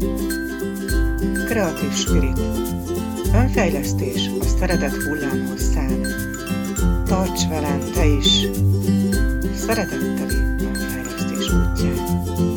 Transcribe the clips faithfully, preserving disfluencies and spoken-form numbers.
Kreatív spirit. Önfejlesztés a szeretet hullámhosszán. Tarts velem te is szeretetteli önfejlesztés útján.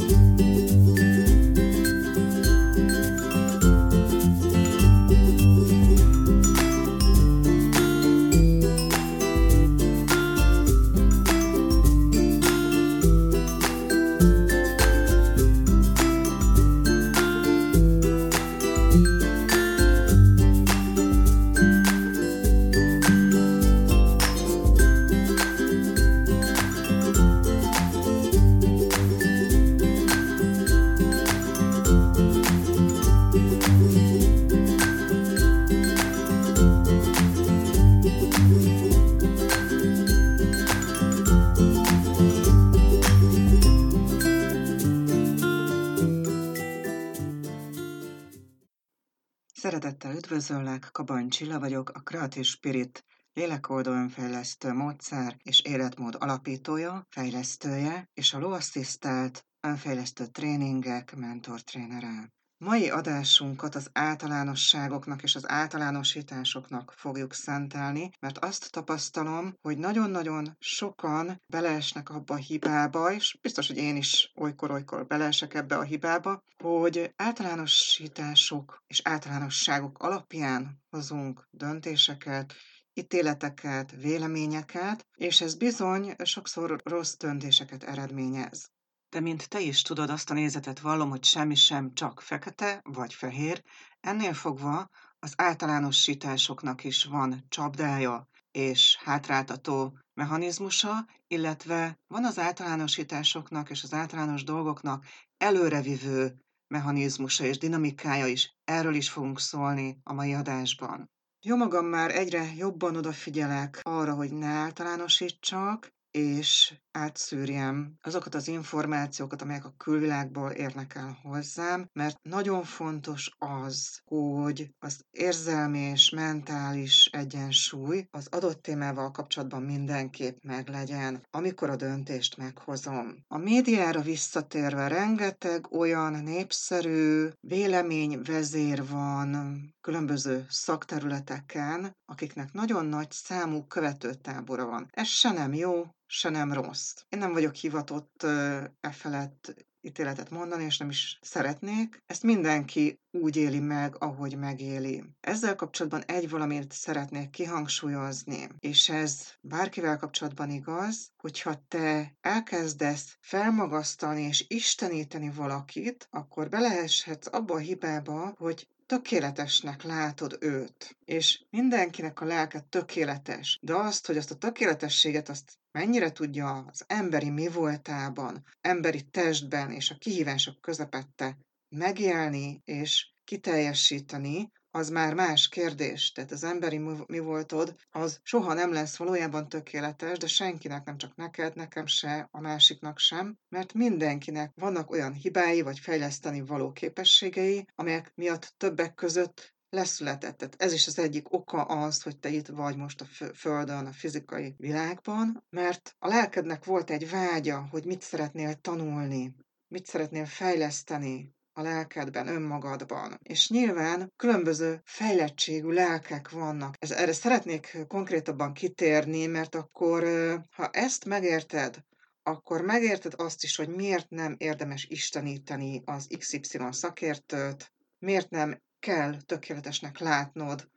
Szeretettel üdvözöllek, Kabany Csilla vagyok, a Kreatív Spirit lélekoldó önfejlesztő módszer és életmód alapítója, fejlesztője és a lovasszisztált önfejlesztő tréningek mentortrénere. Mai adásunkat az általánosságoknak és az általánosításoknak fogjuk szentelni, mert azt tapasztalom, hogy nagyon-nagyon sokan beleesnek abba a hibába, és biztos, hogy én is olykor-olykor beleesek ebbe a hibába, hogy általánosítások és általánosságok alapján hozunk döntéseket, ítéleteket, véleményeket, és ez bizony sokszor rossz döntéseket eredményez. De mint te is tudod, azt a nézetet vallom, hogy semmi sem csak fekete vagy fehér, ennél fogva az általánosításoknak is van csapdája és hátráltató mechanizmusa, illetve van az általánosításoknak és az általános dolgoknak előrevivő mechanizmusa és dinamikája is. Erről is fogunk szólni a mai adásban. Jó magam már egyre jobban odafigyelek arra, hogy ne általánosítsak, és átszűrjem azokat az információkat, amelyek a külvilágból érnek el hozzám, mert nagyon fontos az, hogy az érzelmi és mentális egyensúly az adott témával kapcsolatban mindenképp meglegyen, amikor a döntést meghozom. A médiára visszatérve rengeteg olyan népszerű véleményvezér van különböző szakterületeken, akiknek nagyon nagy számú követőtábora van. Ez se nem jó, se nem rossz. Én nem vagyok hivatott e felett ítéletet mondani, és nem is szeretnék. Ezt mindenki úgy éli meg, ahogy megéli. Ezzel kapcsolatban egy valamit szeretnék kihangsúlyozni, és ez bárkivel kapcsolatban igaz, hogyha te elkezdesz felmagasztalni és isteníteni valakit, akkor beleeshetsz abba a hibába, hogy tökéletesnek látod őt. És mindenkinek a lelke tökéletes, de azt, hogy azt a tökéletességet azt mennyire tudja az emberi mi voltában, emberi testben és a kihívások közepette megélni és kiteljesíteni, az már más kérdés. Tehát az emberi mi voltod, az soha nem lesz valójában tökéletes, de senkinek, nem csak neked, nekem se, a másiknak sem, mert mindenkinek vannak olyan hibái vagy fejleszteni való képességei, amelyek miatt többek között leszületett. Tehát ez is az egyik oka az, hogy te itt vagy most a Földön, a fizikai világban, mert a lelkednek volt egy vágya, hogy mit szeretnél tanulni, mit szeretnél fejleszteni a lelkedben, önmagadban. És nyilván különböző fejlettségű lelkek vannak. Ez, erre szeretnék konkrétabban kitérni, mert akkor, ha ezt megérted, akkor megérted azt is, hogy miért nem érdemes isteníteni az iksz ipszilon szakértőt, miért nem kell tökéletesnek látnod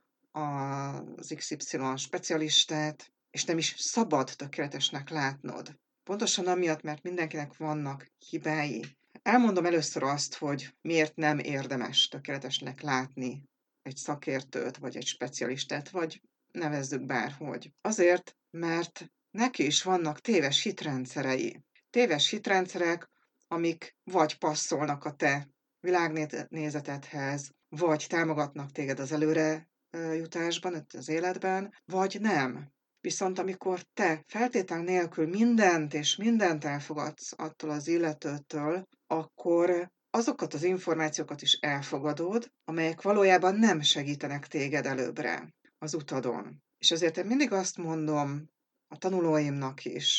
az iksz ipszilon specialistát, és nem is szabad tökéletesnek látnod. Pontosan amiatt, mert mindenkinek vannak hibái. Elmondom először azt, hogy miért nem érdemes tökéletesnek látni egy szakértőt, vagy egy specialistát, vagy nevezzük bárhogy. Azért, mert neki is vannak téves hitrendszerei. Téves hitrendszerek, amik vagy passzolnak a te világnézetedhez, vagy támogatnak téged az előre jutásban, az életben, vagy nem. Viszont amikor te feltétel nélkül mindent és mindent elfogadsz attól az illetőtől, akkor azokat az információkat is elfogadod, amelyek valójában nem segítenek téged előbbre az utadon. És ezért én mindig azt mondom a tanulóimnak is,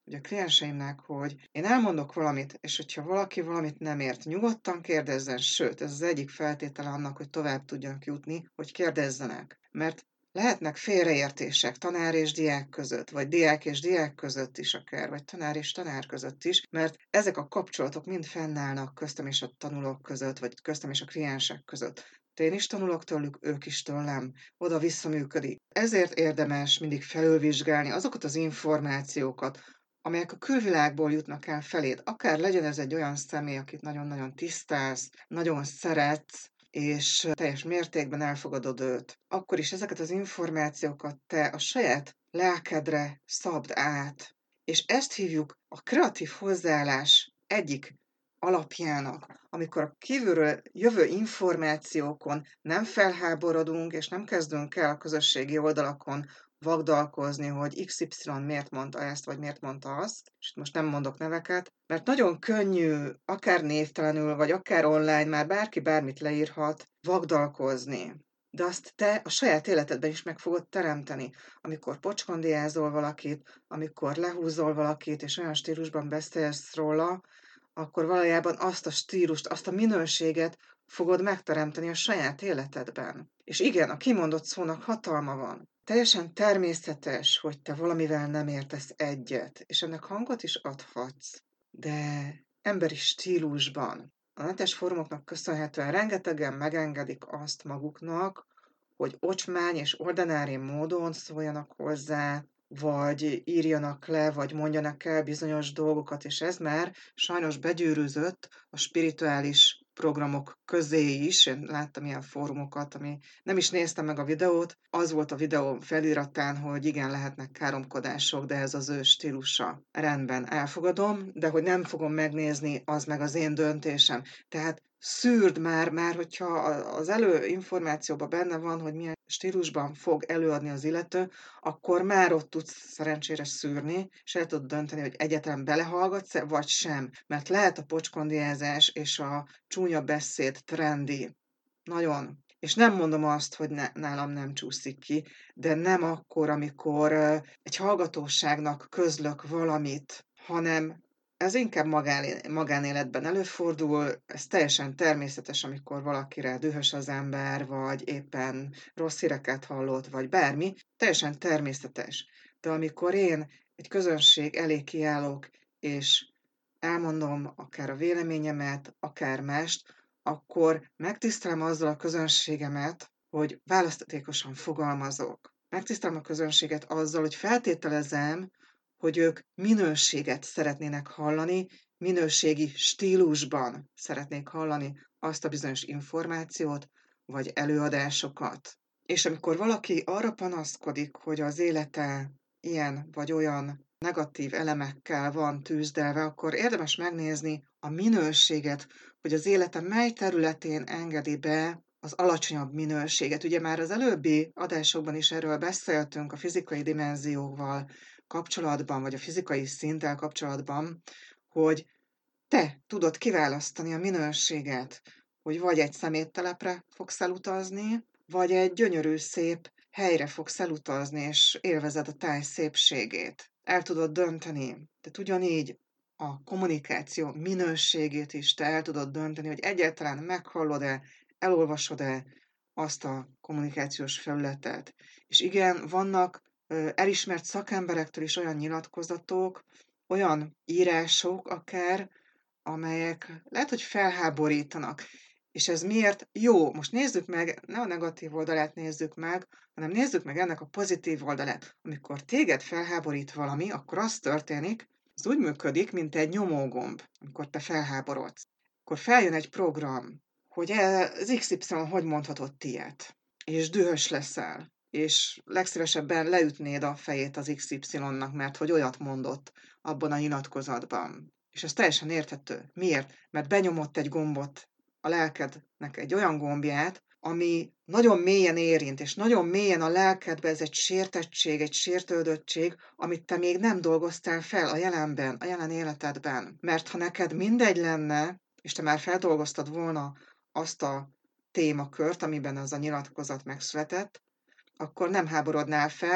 hogy a klienseimnek, hogy én elmondok valamit, és hogyha valaki valamit nem ért, nyugodtan kérdezzen, sőt, ez az egyik feltétele annak, hogy tovább tudjanak jutni, hogy kérdezzenek. Mert lehetnek félreértések tanár és diák között, vagy diák és diák között is akár, vagy tanár és tanár között is, mert ezek a kapcsolatok mind fennállnak köztem és a tanulók között, vagy köztem és a kliensek között. Én is tanulok tőlük, ők is tőlem, oda-vissza működik. Ezért érdemes mindig felülvizsgálni azokat az információkat, amelyek a külvilágból jutnak el feléd. Akár legyen ez egy olyan személy, akit nagyon-nagyon tisztelsz, nagyon szeretsz, és teljes mértékben elfogadod őt. Akkor is ezeket az információkat te a saját lelkedre szabd át. És ezt hívjuk a kreatív hozzáállás egyik alapjának, amikor a kívülről jövő információkon nem felháborodunk, és nem kezdünk el a közösségi oldalakon vagdalkozni, hogy iksz ipszilon miért mondta ezt, vagy miért mondta azt, és itt most nem mondok neveket, mert nagyon könnyű, akár névtelenül, vagy akár online, már bárki bármit leírhat, vagdalkozni. De azt te a saját életedben is meg fogod teremteni, amikor pocskondiázol valakit, amikor lehúzol valakit, és olyan stílusban beszélsz róla, akkor valójában azt a stílust, azt a minőséget fogod megteremteni a saját életedben. És igen, a kimondott szónak hatalma van. Teljesen természetes, hogy te valamivel nem értesz egyet, és ennek hangot is adhatsz, de emberi stílusban. A netes fórumoknak köszönhetően rengetegen megengedik azt maguknak, hogy ocsmány és ordinári módon szóljanak hozzá, vagy írjanak le, vagy mondjanak el bizonyos dolgokat, és ez már sajnos begyűrűzött a spirituális programok közé is. Én láttam ilyen fórumokat, ami nem is néztem meg a videót, az volt a videó feliratán, hogy igen, lehetnek káromkodások, de ez az ő stílusa. Rendben, elfogadom, de hogy nem fogom megnézni, az meg az én döntésem. Tehát szűrd már, már hogyha az elő információban benne van, hogy milyen stílusban fog előadni az illető, akkor már ott tudsz szerencsére szűrni, és el tudod dönteni, hogy egyáltalán belehallgatsz-e, vagy sem. Mert lehet a pocskondiázás és a csúnya beszéd trendi. Nagyon. És nem mondom azt, hogy ne, nálam nem csúszik ki, de nem akkor, amikor uh, egy hallgatóságnak közlök valamit, hanem ez inkább magán, magánéletben előfordul, ez teljesen természetes, amikor valakire dühös az ember, vagy éppen rossz híreket hallott, vagy bármi, teljesen természetes. De amikor én egy közönség elé kiállok, és elmondom akár a véleményemet, akár mást, akkor megtisztelem azzal a közönségemet, hogy választékosan fogalmazok. Megtisztelem a közönséget azzal, hogy feltételezem, hogy ők minőséget szeretnének hallani, minőségi stílusban szeretnék hallani azt a bizonyos információt, vagy előadásokat. És amikor valaki arra panaszkodik, hogy az élete ilyen vagy olyan negatív elemekkel van tűzdelve, akkor érdemes megnézni a minőséget, hogy az élete mely területén engedi be az alacsonyabb minőséget. Ugye már az előbbi adásokban is erről beszéltünk a fizikai dimenzióval kapcsolatban, vagy a fizikai szinttel kapcsolatban, hogy te tudod kiválasztani a minőséget, hogy vagy egy szeméttelepre fogsz elutazni, vagy egy gyönyörű, szép helyre fogsz elutazni, és élvezed a táj szépségét. El tudod dönteni. Tehát ugyanígy a kommunikáció minőségét is te el tudod dönteni, hogy egyáltalán meghallod-e, elolvasod-e azt a kommunikációs felületet. És igen, vannak ö, elismert szakemberektől is olyan nyilatkozatok, olyan írások akár, amelyek lehet, hogy felháborítanak. És ez miért jó? Most nézzük meg, ne a negatív oldalát nézzük meg, hanem nézzük meg ennek a pozitív oldalát. Amikor téged felháborít valami, akkor az történik, ez úgy működik, mint egy nyomógomb, amikor te felháborodsz. Akkor feljön egy program, hogy az iksz ipszilon hogy mondhatott ilyet, és dühös leszel, és legszívesebben leütnéd a fejét az iksz ipszilonnak, mert hogy olyat mondott abban a nyilatkozatban. És ez teljesen érthető. Miért? Mert benyomott egy gombot a lelkednek, egy olyan gombját, ami nagyon mélyen érint, és nagyon mélyen a lelkedbe ez egy sértettség, egy sértődöttség, amit te még nem dolgoztál fel a jelenben, a jelen életedben. Mert ha neked mindegy lenne, és te már feldolgoztad volna azt a témakört, amiben az a nyilatkozat megszületett, akkor nem háborodnál fel,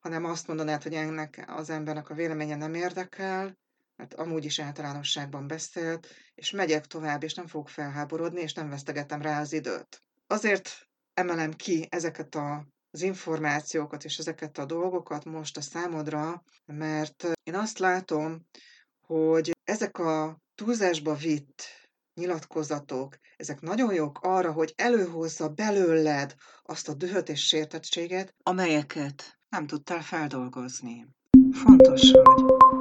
hanem azt mondanád, hogy ennek az embernek a véleménye nem érdekel, mert amúgy is általánosságban beszélt, és megyek tovább, és nem fogok felháborodni, és nem vesztegetem rá az időt. Azért emelem ki ezeket a, az információkat és ezeket a dolgokat most a számodra, mert én azt látom, hogy ezek a túlzásba vitt nyilatkozatok, ezek nagyon jók arra, hogy előhozza belőled azt a dühöt és sértettséget, amelyeket nem tudtál feldolgozni. Fontos vagy.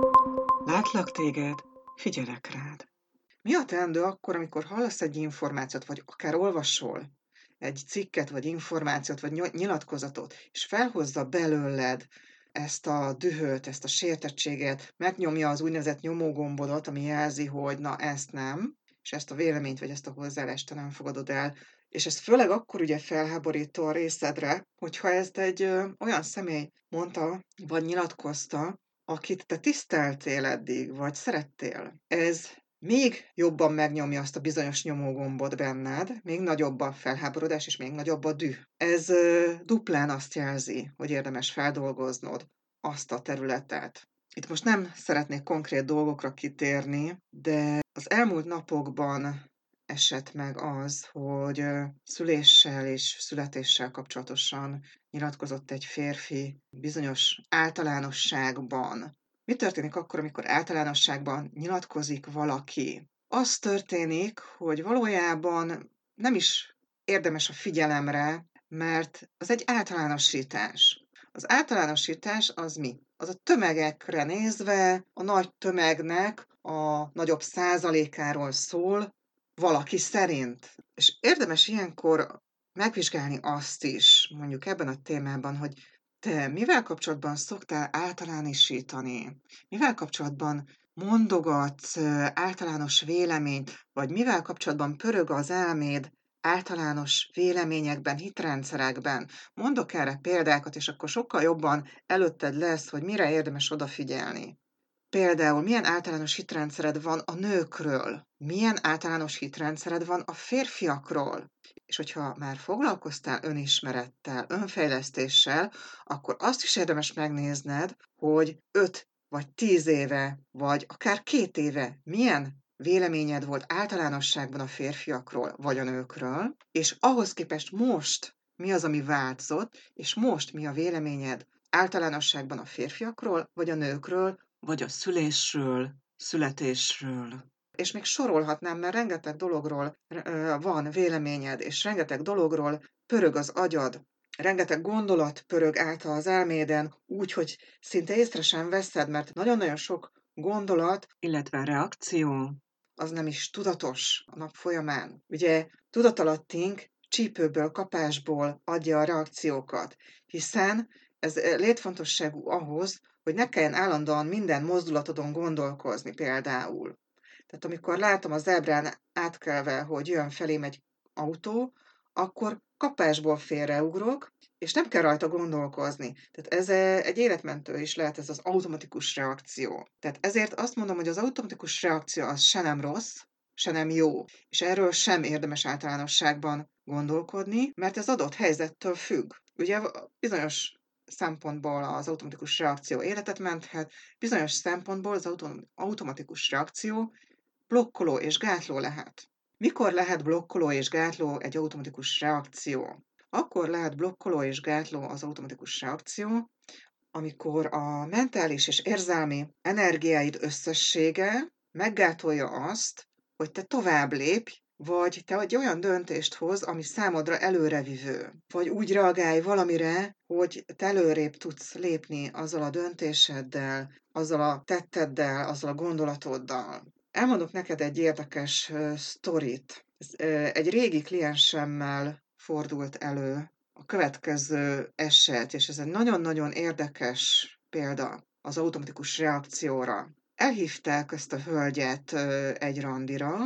Látlak téged, figyelek rád. Mi a teendő akkor, amikor hallasz egy információt, vagy akár olvasol egy cikket, vagy információt, vagy nyilatkozatot, és felhozza belőled ezt a dühöt, ezt a sértettséget, megnyomja az úgynevezett nyomógombodat, ami jelzi, hogy na ezt nem, és ezt a véleményt, vagy ezt a hozzáállást te nem fogadod el. És ez főleg akkor ugye felháborító a részedre, hogyha ezt egy ö, olyan személy mondta, vagy nyilatkozta, akit te tiszteltél eddig, vagy szerettél. Ez még jobban megnyomja azt a bizonyos nyomógombot benned, még nagyobb a felháborodás, és még nagyobb a düh. Ez ö, duplán azt jelzi, hogy érdemes feldolgoznod azt a területet. Itt most nem szeretnék konkrét dolgokra kitérni, de az elmúlt napokban esett meg az, hogy ö, szüléssel és születéssel kapcsolatosan nyilatkozott egy férfi bizonyos általánosságban. Mi történik akkor, amikor általánosságban nyilatkozik valaki? Az történik, hogy valójában nem is érdemes a figyelemre, mert az egy általánosítás. Az általánosítás az mi? Az a tömegekre nézve, a nagy tömegnek a nagyobb százalékáról szól valaki szerint. És érdemes ilyenkor megvizsgálni azt is, mondjuk ebben a témában, hogy te mivel kapcsolatban szoktál általánosítani? Mivel kapcsolatban mondogatsz ö, általános véleményt, vagy mivel kapcsolatban pörög az elméd általános véleményekben, hitrendszerekben? Mondok erre példákat, és akkor sokkal jobban előtted lesz, hogy mire érdemes odafigyelni. Például milyen általános hitrendszered van a nőkről? Milyen általános hitrendszered van a férfiakról? És hogyha már foglalkoztál önismerettel, önfejlesztéssel, akkor azt is érdemes megnézned, hogy öt vagy tíz éve, vagy akár két éve milyen véleményed volt általánosságban a férfiakról vagy a nőkről, és ahhoz képest most mi az, ami változott, és most mi a véleményed általánosságban a férfiakról vagy a nőkről, vagy a szülésről, születésről. És még sorolhatnám, mert rengeteg dologról ö, van véleményed, és rengeteg dologról pörög az agyad, rengeteg gondolat pörög át az elméden, úgy, hogy szinte észre sem veszed, mert nagyon-nagyon sok gondolat, illetve reakció, az nem is tudatos a nap folyamán. Ugye tudatalattunk csípőből, kapásból adja a reakciókat, hiszen ez létfontosságú ahhoz, hogy ne kelljen állandóan minden mozdulatodon gondolkozni például. Tehát amikor látom az zebrán átkelve, hogy jön felém egy autó, akkor kapásból félreugrok, és nem kell rajta gondolkozni. Tehát ez egy életmentő is lehet, ez az automatikus reakció. Tehát ezért azt mondom, hogy az automatikus reakció az se nem rossz, se nem jó. És erről sem érdemes általánosságban gondolkodni, mert ez adott helyzettől függ. Ugye bizonyos szempontból az automatikus reakció életet menthet, bizonyos szempontból az autom- automatikus reakció blokkoló és gátló lehet. Mikor lehet blokkoló és gátló egy automatikus reakció? Akkor lehet blokkoló és gátló az automatikus reakció, amikor a mentális és érzelmi energiáid összessége meggátolja azt, hogy te tovább lépj, vagy te egy olyan döntést hoz, ami számodra előrevivő. Vagy úgy reagálj valamire, hogy te előrébb tudsz lépni azzal a döntéseddel, azzal a tetteddel, azzal a gondolatoddal. Elmondok neked egy érdekes uh, sztorit. Ez, uh, egy régi kliensemmel fordult elő a következő eset, és ez egy nagyon-nagyon érdekes példa az automatikus reakcióra. Elhívták ezt a hölgyet uh, egy randira,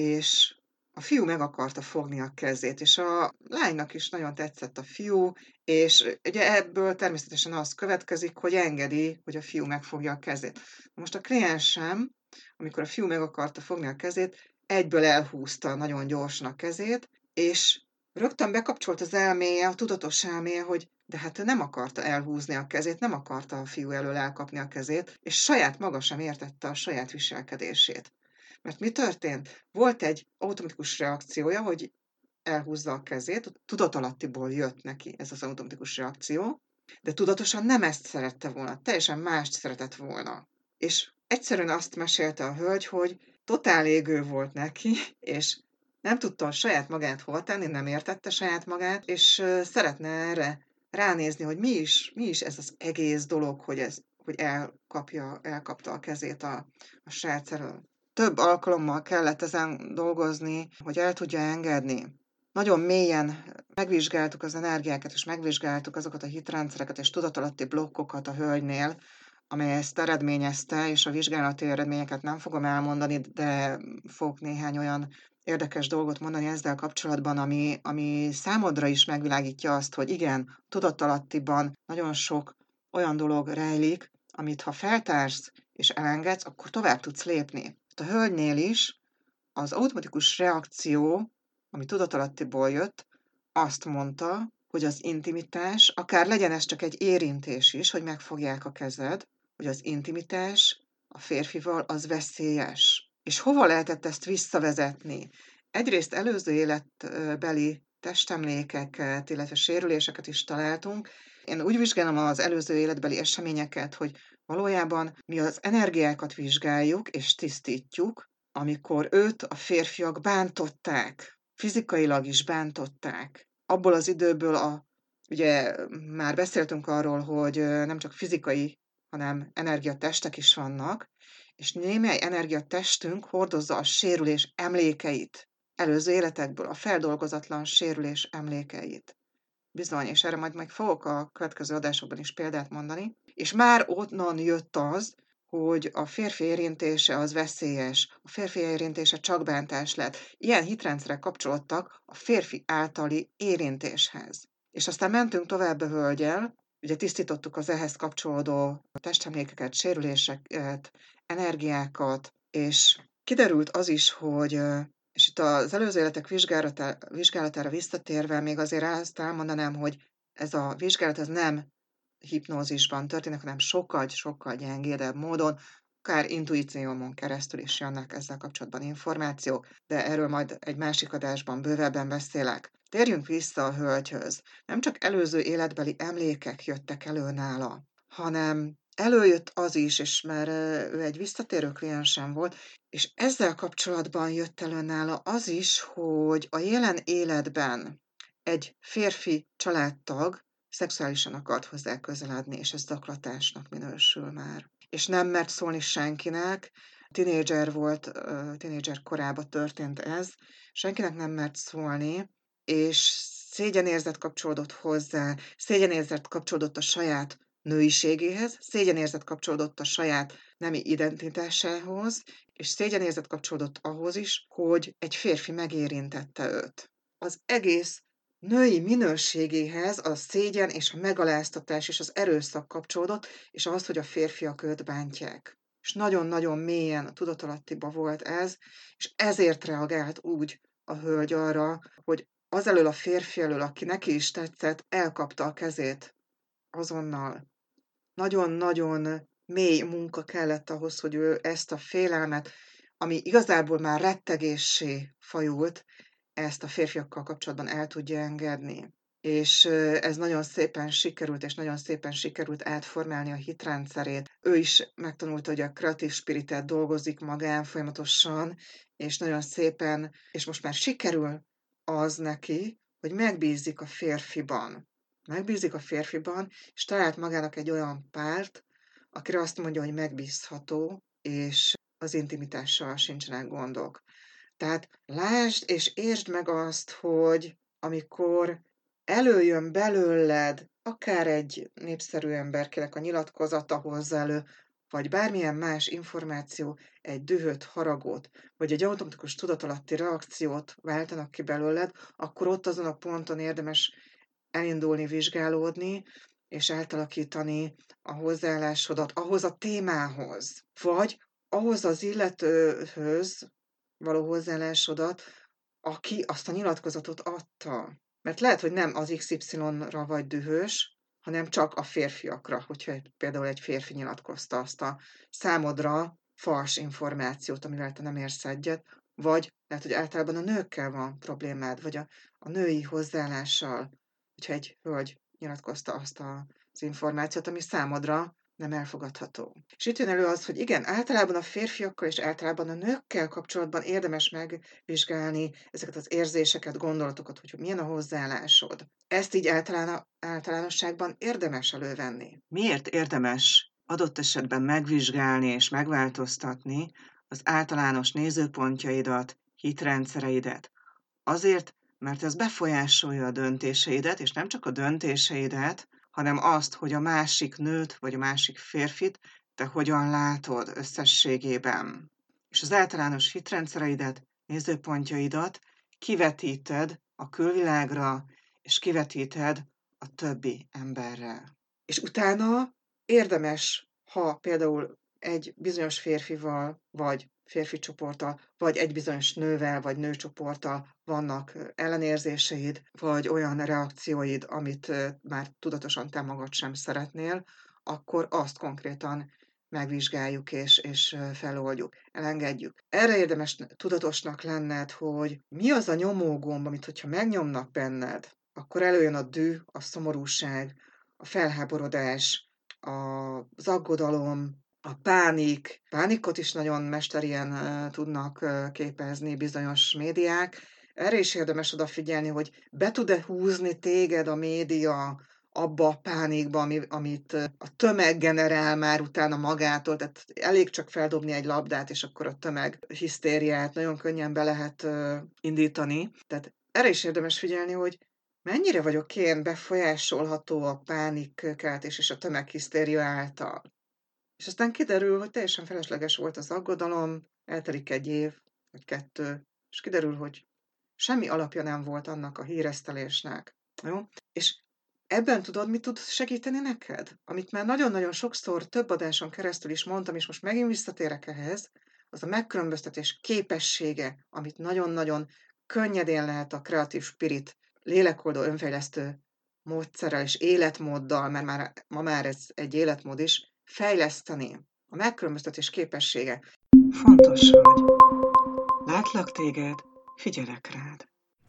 és a fiú meg akarta fogni a kezét, és a lánynak is nagyon tetszett a fiú, és ugye ebből természetesen az következik, hogy engedi, hogy a fiú megfogja a kezét. Most a kliensem, amikor a fiú meg akarta fogni a kezét, egyből elhúzta nagyon gyorsan a kezét, és rögtön bekapcsolt az elméje, a tudatos elméje, hogy de hát ő nem akarta elhúzni a kezét, nem akarta a fiú elől elkapni a kezét, és saját maga sem értette a saját viselkedését. Mert mi történt? Volt egy automatikus reakciója, hogy elhúzza a kezét, tudatalattiból jött neki ez az automatikus reakció, de tudatosan nem ezt szerette volna, teljesen mást szeretett volna. És egyszerűen azt mesélte a hölgy, hogy totál égő volt neki, és nem tudta a saját magát hova tenni, nem értette saját magát, és ö, szeretne erre ránézni, hogy mi is, mi is ez az egész dolog, hogy, ez, hogy elkapja, elkapta a kezét a, a srác elől. Több alkalommal kellett ezen dolgozni, hogy el tudja engedni. Nagyon mélyen megvizsgáltuk az energiákat, és megvizsgáltuk azokat a hitrendszereket és tudatalatti blokkokat a hölgynél, amely ezt eredményezte, és a vizsgálati eredményeket nem fogom elmondani, de fogok néhány olyan érdekes dolgot mondani ezzel kapcsolatban, ami, ami számodra is megvilágítja azt, hogy igen, tudatalattiban nagyon sok olyan dolog rejlik, amit ha feltársz és elengedsz, akkor tovább tudsz lépni. A hölgynél is az automatikus reakció, ami tudatalattiból jött, azt mondta, hogy az intimitás, akár legyen ez csak egy érintés is, hogy megfogják a kezed, hogy az intimitás a férfival az veszélyes. És hova lehetett ezt visszavezetni? Egyrészt előző életbeli testemlékeket, illetve sérüléseket is találtunk. Én úgy vizsgálom az előző életbeli eseményeket, hogy valójában mi az energiákat vizsgáljuk és tisztítjuk, amikor őt a férfiak bántották, fizikailag is bántották. Abból az időből, a, ugye már beszéltünk arról, hogy nem csak fizikai, hanem energiatestek is vannak, és némely energiatestünk hordozza a sérülés emlékeit, előző életekből, a feldolgozatlan sérülés emlékeit. Bizony, és erre majd meg fogok a következő adásokban is példát mondani. És már onnan jött az, hogy a férfi érintése az veszélyes, a férfi érintése csak bántás lett. Ilyen hitrendszerek kapcsolódtak a férfi általi érintéshez. És aztán mentünk tovább a hölgyel, ugye tisztítottuk az ehhez kapcsolódó testemlékeket, sérüléseket, energiákat, és kiderült az is, hogy és itt az előző életek vizsgálatára, vizsgálatára visszatérve még azért azt elmondanám, hogy ez a vizsgálat ez nem hipnózisban történik, hanem sokkal, sokkal gyengédebb módon, akár intuíciómon keresztül is jönnek ezzel kapcsolatban információk, de erről majd egy másik adásban bővebben beszélek. Térjünk vissza a hölgyhöz. Nem csak előző életbeli emlékek jöttek elő nála, hanem előjött az is, és már ő egy visszatérő kliensem volt, és ezzel kapcsolatban jött elő nála az is, hogy a jelen életben egy férfi családtag szexuálisan akart hozzá közeledni, és ez zaklatásnak minősül már. És nem mert szólni senkinek, tinédzser volt, tinédzser korában történt ez, senkinek nem mert szólni, és szégyenérzet kapcsolódott hozzá, szégyenérzet kapcsolódott a saját nőiségéhez, szégyenérzet kapcsolódott a saját nemi identitásához, és szégyenérzet kapcsolódott ahhoz is, hogy egy férfi megérintette őt. Az egész női minőségéhez a szégyen és a megaláztatás és az erőszak kapcsolódott, és az, hogy a férfiak őt bántják. És nagyon-nagyon mélyen a tudatalattiba volt ez, és ezért reagált úgy a hölgy arra, hogy az elől a férfi elől, aki neki is tetszett, elkapta a kezét azonnal. Nagyon-nagyon mély munka kellett ahhoz, hogy ő ezt a félelmet, ami igazából már rettegéssé fajult, ezt a férfiakkal kapcsolatban el tudja engedni. És ez nagyon szépen sikerült, és nagyon szépen sikerült átformálni a hitrendszerét. Ő is megtanulta, hogy a kreatív spiritet dolgozik magán folyamatosan, és nagyon szépen, és most már sikerül az neki, hogy megbízik a férfiban. Megbízik a férfiban, és talált magának egy olyan párt, akire azt mondja, hogy megbízható, és az intimitással sincsenek gondok. Tehát lásd és értsd meg azt, hogy amikor előjön belőled akár egy népszerű emberkinek a nyilatkozata hozzá elő, vagy bármilyen más információ, egy dühöt, haragot, vagy egy automatikus tudatalatti reakciót váltanak ki belőled, akkor ott azon a ponton érdemes elindulni, vizsgálódni, és átalakítani a hozzáállásodat ahhoz a témához, vagy ahhoz az illetőhöz való hozzáállásodat, aki azt a nyilatkozatot adta. Mert lehet, hogy nem az iksz ipszilonra vagy dühös, hanem csak a férfiakra, hogyha például egy férfi nyilatkozta azt a számodra fals információt, amivel te nem érsz egyet, vagy lehet, hogy általában a nőkkel van problémád, vagy a, a női hozzáállással, hogyha egy hölgy nyilatkozta azt a, az információt, ami számodra nem elfogadható. És itt jön elő az, hogy igen, általában a férfiakkal és általában a nőkkel kapcsolatban érdemes megvizsgálni ezeket az érzéseket, gondolatokat, hogy milyen a hozzáállásod. Ezt így általán, általánosságban érdemes elővenni. Miért érdemes adott esetben megvizsgálni és megváltoztatni az általános nézőpontjaidat, hitrendszereidet? Azért, mert ez befolyásolja a döntéseidet, és nem csak a döntéseidet, hanem azt, hogy a másik nőt vagy a másik férfit te hogyan látod összességében. És az általános hitrendszereidet, nézőpontjaidat kivetíted a külvilágra, és kivetíted a többi emberre. És utána érdemes, ha például egy bizonyos férfival, vagy férfi csoporttal, vagy egy bizonyos nővel, vagy nőcsoporttal vannak ellenérzéseid, vagy olyan reakcióid, amit már tudatosan te magad sem szeretnél, akkor azt konkrétan megvizsgáljuk és, és feloldjuk, elengedjük. Erre érdemes tudatosnak lenned, hogy mi az a nyomógomb, amit hogyha megnyomnak benned, akkor előjön a düh, a szomorúság, a felháborodás, az aggodalom, a pánik. Pánikot is nagyon mesterien uh, tudnak uh, képezni bizonyos médiák. Erre is érdemes odafigyelni, hogy be tud-e húzni téged a média abba a pánikba, ami, amit a tömeg generál már utána magától, tehát elég csak feldobni egy labdát, és akkor a tömeg hisztériát nagyon könnyen be lehet uh, indítani. Tehát erre is érdemes figyelni, hogy mennyire vagyok én befolyásolható a pánikkeltés és a tömeghisztéria által. És aztán kiderül, hogy teljesen felesleges volt az aggodalom, eltelik egy év, vagy kettő, és kiderül, hogy semmi alapja nem volt annak a híresztelésnek. Jó? És ebben tudod, mit tud segíteni neked? Amit már nagyon-nagyon sokszor több adáson keresztül is mondtam, és most megint visszatérek ehhez, az a megkülönböztetés képessége, amit nagyon-nagyon könnyedén lehet a Creative Spirit lélekoldó önfejlesztő módszerrel és életmóddal, mert már, ma már ez egy életmód is, fejleszteni. A megkülönböztetés képessége. Fontos vagy. Látlak téged, figyelek rád.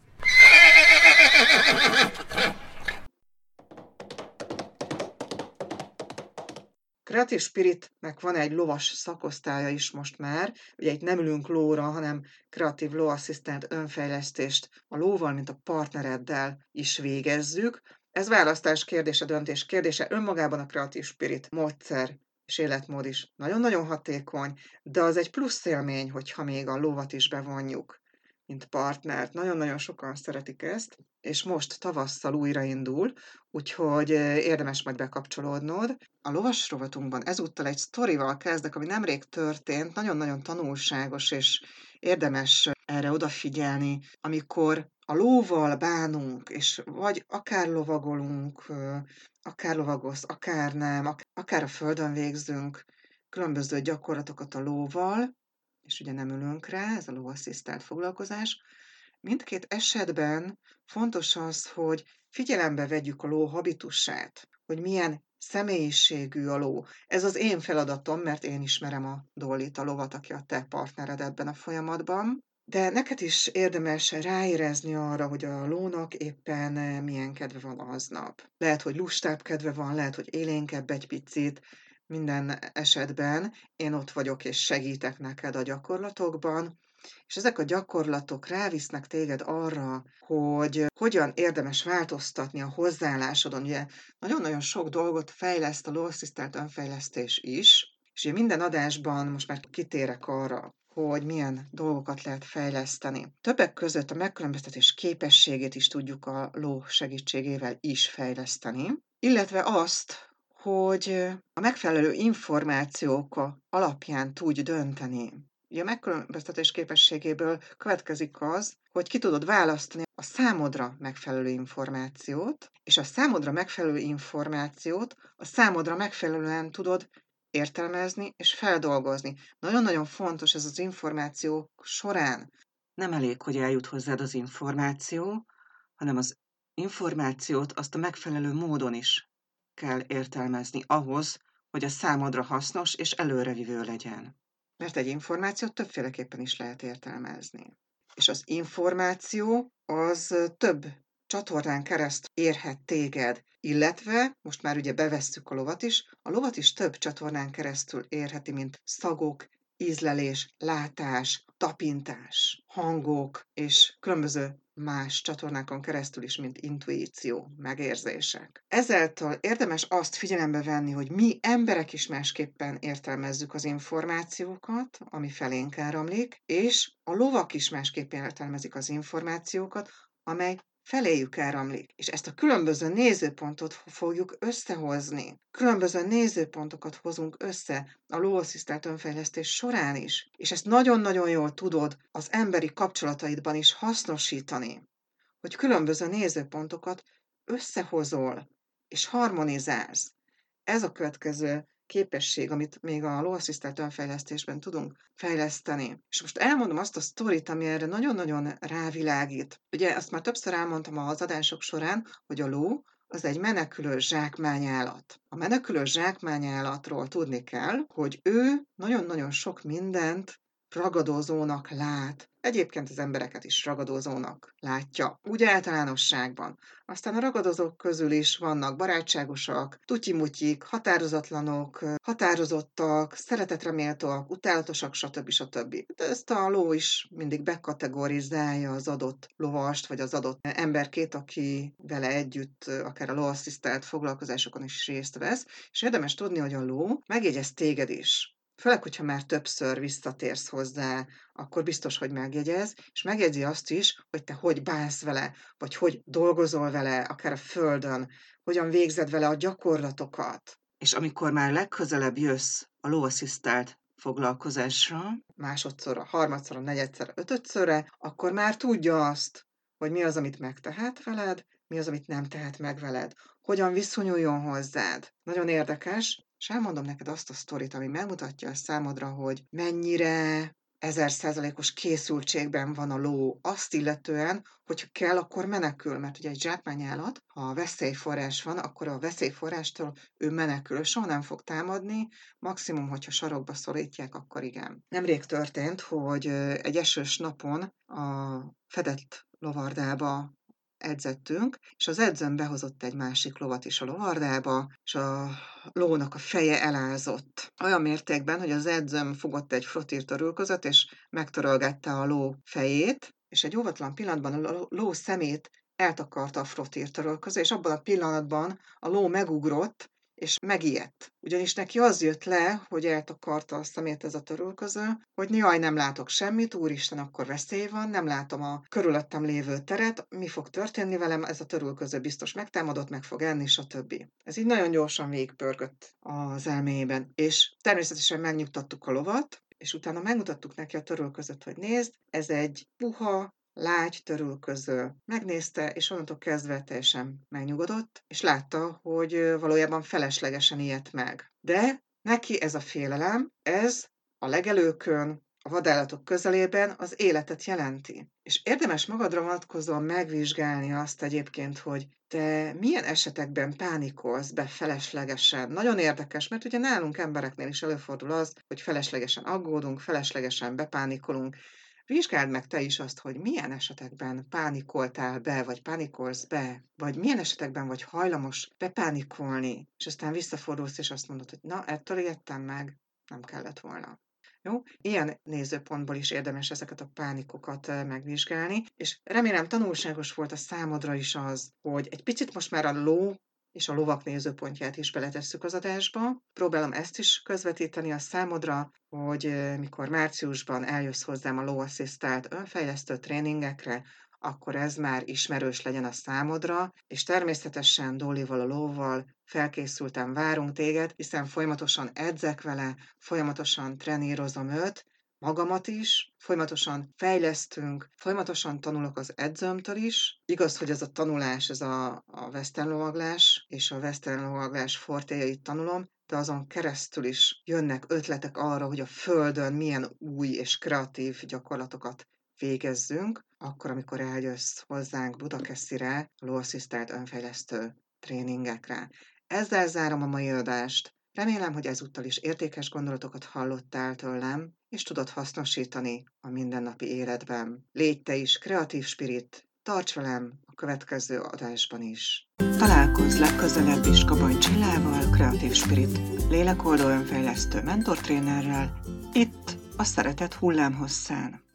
Creative Spiritnek van egy lovas szakosztálya is most már, ugye itt nem ülünk lóra, hanem Creative Law Assistant önfejlesztést a lóval, mint a partnereddel is végezzük. Ez választás kérdése, döntés kérdése, önmagában a Creative Spirit módszer és életmód is nagyon-nagyon hatékony, de az egy plusz élmény, hogyha még a lóvat is bevonjuk, mint partnert. Nagyon-nagyon sokan szeretik ezt, és most tavasszal újraindul, úgyhogy érdemes majd bekapcsolódnod. A lovas rovatunkban ezúttal egy sztorival kezdek, ami nemrég történt, nagyon-nagyon tanulságos, és érdemes erre odafigyelni, amikor a lóval bánunk, és vagy akár lovagolunk, akár lovagolsz, akár nem, akár a földön végzünk különböző gyakorlatokat a lóval, és ugye nem ülünk rá, ez a lóasszisztált foglalkozás. Mindkét esetben fontos az, hogy figyelembe vegyük a ló habitusát, hogy milyen személyiségű a ló. Ez az én feladatom, mert én ismerem a Dollit, a lovat, aki a te partnered ebben a folyamatban. De neked is érdemes ráérezni arra, hogy a lónak éppen milyen kedve van aznap. Lehet, hogy lustább kedve van, lehet, hogy élénkebb egy picit. Minden esetben én ott vagyok és segítek neked a gyakorlatokban, és ezek a gyakorlatok rávisznek téged arra, hogy hogyan érdemes változtatni a hozzáállásodon. Ugye nagyon-nagyon sok dolgot fejleszt a Law Assistant önfejlesztés is, és ugye minden adásban most már kitérek arra, hogy milyen dolgokat lehet fejleszteni. Többek között a megkülönböztetés képességét is tudjuk a ló segítségével is fejleszteni, illetve azt, hogy a megfelelő információk alapján tudj dönteni. Ugye a megkülönböztetés képességéből következik az, hogy ki tudod választani a számodra megfelelő információt, és a számodra megfelelő információt a számodra megfelelően tudod értelmezni és feldolgozni. Nagyon-nagyon fontos ez az információk során. Nem elég, hogy eljut hozzád az információ, hanem az információt azt a megfelelő módon is kell értelmezni ahhoz, hogy a számodra hasznos és előrevivő legyen. Mert egy információt többféleképpen is lehet értelmezni. És az információ az több csatornán keresztül érhet téged, illetve, most már ugye bevesszük a lovat is, a lovat is több csatornán keresztül érheti, mint szagok, ízlelés, látás, tapintás, hangok és különböző más csatornákon keresztül is, mint intuíció, megérzések. Ezáltal érdemes azt figyelembe venni, hogy mi emberek is másképpen értelmezzük az információkat, ami felénk áramlik, és a lovak is másképpen értelmezik az információkat, amely feléjük áramlik. És ezt a különböző nézőpontot fogjuk összehozni. Különböző nézőpontokat hozunk össze a lóasszisztált önfejlesztés során is. És ezt nagyon-nagyon jól tudod az emberi kapcsolataidban is hasznosítani, hogy különböző nézőpontokat összehozol és harmonizálsz. Ez a következő képesség, amit még a lóasszisztált önfejlesztésben tudunk fejleszteni. És most elmondom azt a sztorit, ami erre nagyon-nagyon rávilágít. Ugye azt már többször elmondtam az adások során, hogy a ló az egy menekülő zsákmányállat. A menekülő zsákmányállatról tudni kell, hogy ő nagyon-nagyon sok mindent ragadozónak lát. Egyébként az embereket is ragadozónak látja, úgy általánosságban. Aztán a ragadozók közül is vannak barátságosak, tutyimutyik, határozatlanok, határozottak, szeretetre méltóak, utálatosak, stb. stb. De ezt a ló is mindig bekategorizálja az adott lovast, vagy az adott emberkét, aki vele együtt akár a lóasszisztált foglalkozásokon is részt vesz, és érdemes tudni, hogy a ló megjegyez téged is. Főleg, hogyha már többször visszatérsz hozzá, akkor biztos, hogy megjegyez, és megjegyzi azt is, hogy te hogy bánsz vele, vagy hogy dolgozol vele, akár a földön, hogyan végzed vele a gyakorlatokat. És amikor már legközelebb jössz a lóasszisztált foglalkozásra, másodszorra, harmadszorra, negyedszerre, ötödszörre, akkor már tudja azt, hogy mi az, amit megtehet veled, mi az, amit nem tehet meg veled, hogyan viszonyuljon hozzád. Nagyon érdekes, és elmondom neked azt a sztorit, ami megmutatja a számodra, hogy mennyire ezer százalékos készültségben van a ló azt illetően, hogyha kell, akkor menekül, mert ugye egy zsákmányállat, ha veszélyforrás van, akkor a veszélyforrástól ő menekül, soha nem fog támadni, maximum, hogyha sarokba szorítják, akkor igen. Nemrég történt, hogy egy esős napon a fedett lovardába edzettünk, és az edzőm behozott egy másik lovat is a lovardába, és a lónak a feje elázott. Olyan mértékben, hogy az edzőm fogott egy frottír törülközött, és megtörölgette a ló fejét, és egy óvatlan pillanatban a ló szemét eltakarta a frottír törölköző, és abban a pillanatban a ló megugrott, és megijedt. Ugyanis neki az jött le, hogy eltakarta a szemét ez a törülköző, hogy jaj, nem látok semmit, úristen, akkor veszély van, nem látom a körülöttem lévő teret, mi fog történni velem, ez a törülköző biztos megtámadott, meg fog enni, stb. Ez így nagyon gyorsan végigpörgött az elméjében. És természetesen megnyugtattuk a lovat, és utána megmutattuk neki a törülközőt, hogy nézd, ez egy puha, lágy törülköző. Megnézte, és onnantól kezdve teljesen megnyugodott, és látta, hogy valójában feleslegesen ijedt meg. De neki ez a félelem, ez a legelőkön, a vadállatok közelében az életet jelenti. És érdemes magadra vonatkozóan megvizsgálni azt egyébként, hogy te milyen esetekben pánikolsz be feleslegesen. Nagyon érdekes, mert ugye nálunk embereknél is előfordul az, hogy feleslegesen aggódunk, feleslegesen bepánikolunk. Vizsgáld meg te is azt, hogy milyen esetekben pánikoltál be, vagy pánikolsz be, vagy milyen esetekben vagy hajlamos bepánikolni, és aztán visszafordulsz, és azt mondod, hogy na, ettől ijedtem meg, nem kellett volna. Jó? Ilyen nézőpontból is érdemes ezeket a pánikokat megvizsgálni, és remélem tanulságos volt a számodra is az, hogy egy picit most már a ló és a lovak nézőpontját is beletesszük az adásba. Próbálom ezt is közvetíteni a számodra, hogy mikor márciusban eljössz hozzám a lóasszisztált önfejlesztő tréningekre, akkor ez már ismerős legyen a számodra, és természetesen Dollyval a lóval felkészültem, várunk téged, hiszen folyamatosan edzek vele, folyamatosan trenírozom őt, magamat is, folyamatosan fejlesztünk, folyamatosan tanulok az edzőmtől is. Igaz, hogy ez a tanulás, ez a, a western lovaglás, és a western lovaglás fortéjait tanulom, de azon keresztül is jönnek ötletek arra, hogy a Földön milyen új és kreatív gyakorlatokat végezzünk, akkor, amikor eljössz hozzánk Budakeszire, a lóasszisztált önfejlesztő tréningekre. Ezzel zárom a mai adást. Remélem, hogy ezúttal is értékes gondolatokat hallottál tőlem, és tudod hasznosítani a mindennapi életben. Légy te is kreatív spirit, tarts velem a következő adásban is. Találkozz legközelebb is Kabany Csillával, kreatív spirit, lélekoldó önfejlesztő mentortrénerrel, itt a Szeretet hullámhosszán.